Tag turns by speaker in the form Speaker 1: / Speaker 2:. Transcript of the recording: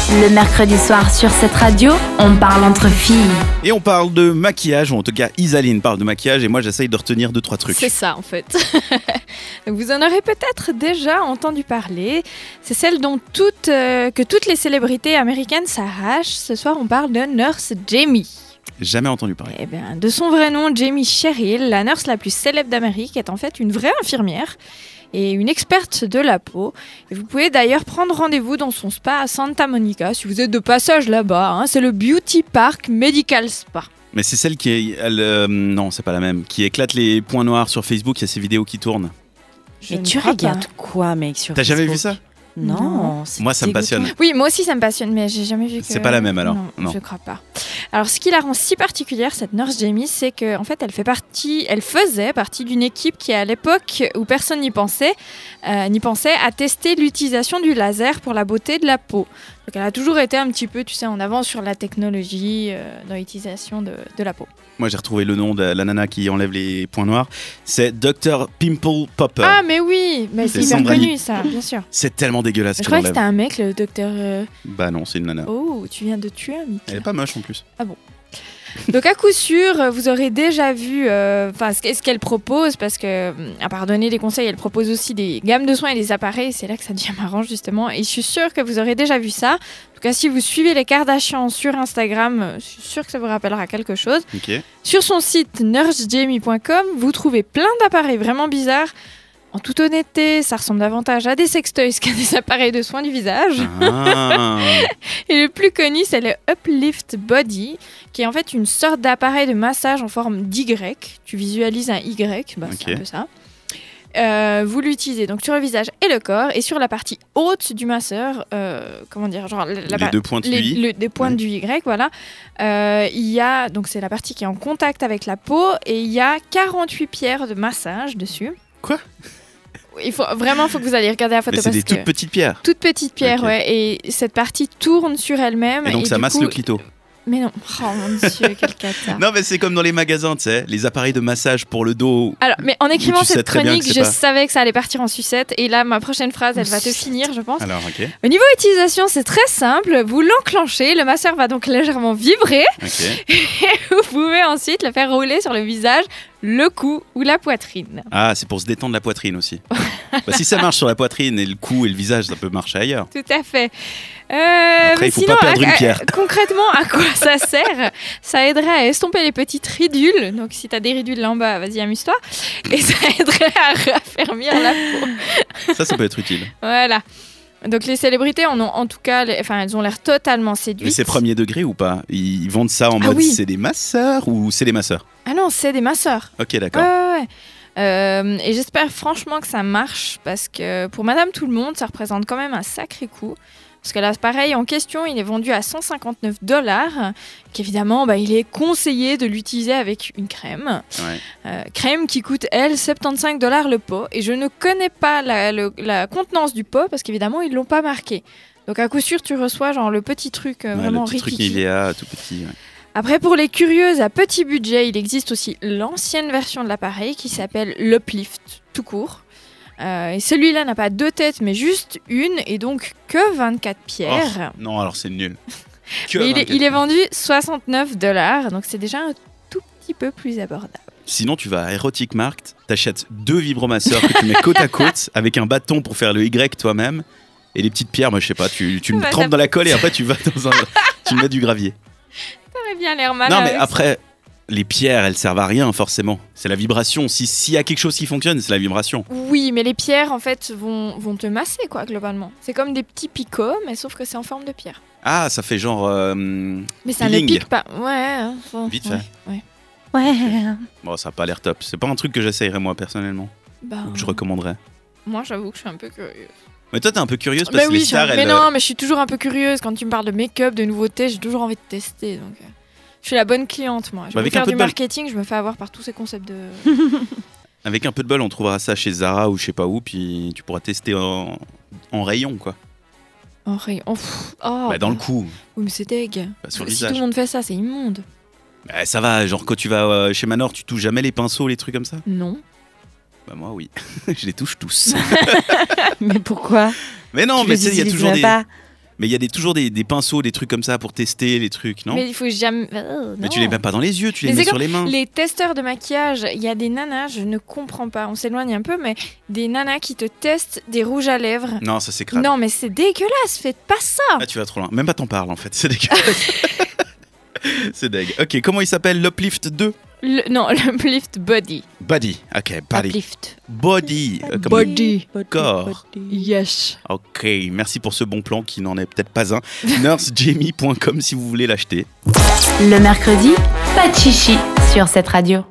Speaker 1: Le mercredi soir sur cette radio, on parle entre filles.
Speaker 2: Et on parle de maquillage, ou en tout cas Isaline parle de maquillage et moi j'essaye de retenir 2-3 trucs.
Speaker 3: C'est ça en fait. Vous en aurez peut-être déjà entendu parler. C'est celle dont que toutes les célébrités américaines s'arrachent. Ce soir on parle de Nurse Jamie.
Speaker 2: Jamais entendu parler.
Speaker 3: Eh bien, de son vrai nom, Jamie Sherrill, la nurse la plus célèbre d'Amérique, est en fait une vraie infirmière et une experte de la peau. Et vous pouvez d'ailleurs prendre rendez-vous dans son spa à Santa Monica si vous êtes de passage là-bas. Hein. C'est le Beauty Park Medical Spa.
Speaker 2: Mais c'est celle qui non, c'est pas la même. Qui éclate les points noirs sur Facebook, il y a ces vidéos qui tournent.
Speaker 4: Mais tu regardes quoi, mec, sur
Speaker 2: T'as
Speaker 4: Facebook?
Speaker 2: jamais vu ça?
Speaker 4: Non.
Speaker 2: Moi, ça me passionne.
Speaker 3: Oui, moi aussi, ça me passionne, mais j'ai jamais vu que...
Speaker 2: C'est pas la même, alors?
Speaker 3: Non, je crois pas. Alors, ce qui la rend si particulière, cette Nurse Jamie, c'est qu'en fait, elle faisait partie d'une équipe qui, à l'époque où personne n'y pensait, à tester l'utilisation du laser pour la beauté de la peau. Donc, elle a toujours été un petit peu, tu sais, en avance sur la technologie dans l'utilisation de la peau.
Speaker 2: Moi, j'ai retrouvé le nom de la nana qui enlève les points noirs. C'est Dr. Pimple Popper.
Speaker 3: Ah, mais oui, mais c'est hyper
Speaker 2: Sandrani.
Speaker 3: connu, ça, bien sûr.
Speaker 2: C'est tellement dégueulasse
Speaker 3: Je
Speaker 2: qu'elle
Speaker 3: crois que
Speaker 2: enlève.
Speaker 3: c'était un mec, le docteur...
Speaker 2: Bah non, c'est une nana.
Speaker 3: Oh, tu viens de tuer un mythe.
Speaker 2: Elle est pas moche en plus.
Speaker 3: Donc à coup sûr, vous aurez déjà vu ce qu'elle propose, parce que, à part donner des conseils, elle propose aussi des gammes de soins et des appareils, c'est là que ça devient marrant justement, et je suis sûre que vous aurez déjà vu ça. En tout cas, si vous suivez les Kardashians sur Instagram, je suis sûre que ça vous rappellera quelque chose.
Speaker 2: Ok.
Speaker 3: Sur son site nursejamie.com, vous trouvez plein d'appareils vraiment bizarres. En toute honnêteté, ça ressemble davantage à des sextoys qu'à des appareils de soins du visage.
Speaker 2: Ah.
Speaker 3: Et le plus connu, c'est le Uplift Body, qui est en fait une sorte d'appareil de massage en forme d'Y. Tu visualises un Y, c'est un peu ça. Vous l'utilisez donc sur le visage et le corps, et sur la partie haute du masseur,
Speaker 2: Les deux pointes du I.
Speaker 3: des pointes du Y, voilà. Il y a, donc c'est la partie qui est en contact avec la peau, et il y a 48 pierres de massage dessus.
Speaker 2: Quoi?
Speaker 3: Il faut que vous alliez regarder la photo.
Speaker 2: Mais c'est
Speaker 3: parce
Speaker 2: des toutes petites pierres.
Speaker 3: Toutes petites pierres,
Speaker 2: Ok.
Speaker 3: ouais. Et cette partie tourne sur elle-même.
Speaker 2: Et donc ça
Speaker 3: du
Speaker 2: masse
Speaker 3: coup...
Speaker 2: le clito.
Speaker 3: Mais non. Oh mon Dieu, quel cata.
Speaker 2: Non, mais c'est comme dans les magasins, tu sais, les appareils de massage pour le dos.
Speaker 3: Alors, mais en écrivant
Speaker 2: tu sais
Speaker 3: cette
Speaker 2: très bien
Speaker 3: chronique,
Speaker 2: que c'est
Speaker 3: je
Speaker 2: pas-
Speaker 3: savais que ça allait partir en sucette. Et là, ma prochaine phrase, elle va te finir, je pense.
Speaker 2: Alors, ok.
Speaker 3: Au niveau utilisation, c'est très simple. Vous l'enclenchez, le masseur va donc légèrement vibrer.
Speaker 2: Ok.
Speaker 3: Et vous pouvez ensuite le faire rouler sur le visage, le cou ou la poitrine.
Speaker 2: Ah, c'est pour se détendre la poitrine aussi. Bah, si ça marche sur la poitrine et le cou et le visage, ça peut marcher ailleurs.
Speaker 3: Tout à fait.
Speaker 2: Après,
Speaker 3: mais
Speaker 2: il faut
Speaker 3: sinon,
Speaker 2: pas perdre une pierre.
Speaker 3: Concrètement, à quoi ça sert? Ça aiderait à estomper les petites ridules. Donc, si tu as des ridules là en bas, vas-y, amuse-toi. Et ça aiderait à raffermir la peau.
Speaker 2: Ça peut être utile.
Speaker 3: Voilà. Donc, les célébrités en ont en tout cas, elles ont l'air totalement séduites.
Speaker 2: Mais c'est premier degré ou pas? Ils vendent ça en mode
Speaker 3: oui.
Speaker 2: c'est des masseurs ou c'est des masseurs?
Speaker 3: Ah non, c'est des masseurs.
Speaker 2: Ok, d'accord.
Speaker 3: Ouais. Et j'espère franchement que ça marche, parce que pour Madame Tout-le-Monde, ça représente quand même un sacré coup. Parce que l'appareil en question, il est vendu à $159, qu'évidemment, il est conseillé de l'utiliser avec une crème.
Speaker 2: Ouais.
Speaker 3: Crème qui coûte, elle, $75 le pot. Et je ne connais pas la contenance du pot, parce qu'évidemment, ils ne l'ont pas marqué. Donc à coup sûr, tu reçois genre le petit truc vraiment
Speaker 2: le petit truc
Speaker 3: rikiki.
Speaker 2: Nivea, tout petit. Ouais.
Speaker 3: Après, pour les curieuses à petit budget, il existe aussi l'ancienne version de l'appareil qui s'appelle l'Uplift, tout court. Et celui-là n'a pas deux têtes, mais juste une, et donc que 24 pierres.
Speaker 2: Oh, non, alors c'est nul.
Speaker 3: Mais il est vendu $69, donc c'est déjà un tout petit peu plus abordable.
Speaker 2: Sinon, tu vas à Erotic Markt, t'achètes 2 vibromasseurs que tu mets côte à côte avec un bâton pour faire le Y toi-même. Et les petites pierres, moi je sais pas, tu le trempes dans la colle et après tu vas tu mets du gravier.
Speaker 3: T'aurais bien l'air malin.
Speaker 2: Non, mais après, les pierres, elles servent à rien forcément. C'est la vibration. S'il y a quelque chose qui fonctionne, c'est la vibration.
Speaker 3: Oui, mais les pierres, en fait, vont te masser, quoi, globalement. C'est comme des petits picots, mais sauf que c'est en forme de pierre.
Speaker 2: Ah, ça fait genre.
Speaker 3: Mais ça ne
Speaker 2: peeling.
Speaker 3: pique pas. Ouais.
Speaker 2: Vite fait.
Speaker 3: Ouais.
Speaker 4: Ouais.
Speaker 2: Bon, ça a pas l'air top. C'est pas un truc que j'essayerais moi personnellement. Ou que je recommanderais.
Speaker 3: Moi, j'avoue que je suis un peu curieuse.
Speaker 2: Mais toi, t'es un peu curieuse parce
Speaker 3: Mais
Speaker 2: que
Speaker 3: oui,
Speaker 2: les stars,
Speaker 3: mais non, mais je suis toujours un peu curieuse. Quand tu me parles de make-up, de nouveautés, j'ai toujours envie de tester. Donc, je suis la bonne cliente, moi. Je vais
Speaker 2: avec
Speaker 3: faire
Speaker 2: un peu
Speaker 3: du
Speaker 2: de bol.
Speaker 3: marketing, je me fais avoir par tous ces concepts de...
Speaker 2: Avec un peu de bol, on trouvera ça chez Zara ou je sais pas où, puis tu pourras tester en rayon, quoi.
Speaker 3: En rayon.
Speaker 2: Dans le cou.
Speaker 3: Oui, mais c'est dégue.
Speaker 2: Sur le
Speaker 3: Si
Speaker 2: visage.
Speaker 3: tout le monde fait ça, c'est immonde.
Speaker 2: Bah, ça va, genre quand tu vas chez Manor, tu touches jamais les pinceaux, les trucs comme ça?
Speaker 3: Non.
Speaker 2: Bah moi oui, je les touche tous.
Speaker 4: Mais pourquoi?
Speaker 2: Mais non,
Speaker 4: Tu
Speaker 2: mais
Speaker 4: les
Speaker 2: tu sais, il y a
Speaker 4: utilises
Speaker 2: toujours
Speaker 4: même
Speaker 2: des...
Speaker 4: pas.
Speaker 2: Mais il y a toujours des pinceaux, des trucs comme ça pour tester les trucs, non?
Speaker 3: Mais il faut jamais.
Speaker 2: Mais tu les mets pas dans les yeux, tu les
Speaker 3: Mais
Speaker 2: mets
Speaker 3: c'est
Speaker 2: sur les mains.
Speaker 3: Les testeurs de maquillage, il y a des nanas, je ne comprends pas, on s'éloigne un peu, mais des nanas qui te testent des rouges à lèvres.
Speaker 2: Non, ça c'est crade.
Speaker 3: Non, mais c'est dégueulasse, faites pas ça.
Speaker 2: Ah, tu vas trop loin. Même pas t'en parles en fait, c'est dégueulasse. C'est deg. Ok, comment il s'appelle? L'Uplift 2?
Speaker 3: Non, l'Uplift Body.
Speaker 2: Body, ok, body.
Speaker 4: Uplift.
Speaker 2: Body, comme
Speaker 3: Body.
Speaker 2: le corps.
Speaker 3: Yes.
Speaker 2: Ok, merci pour ce bon plan qui n'en est peut-être pas un. nursejamie.com si vous voulez l'acheter.
Speaker 1: Le mercredi, pas de chichi sur cette radio.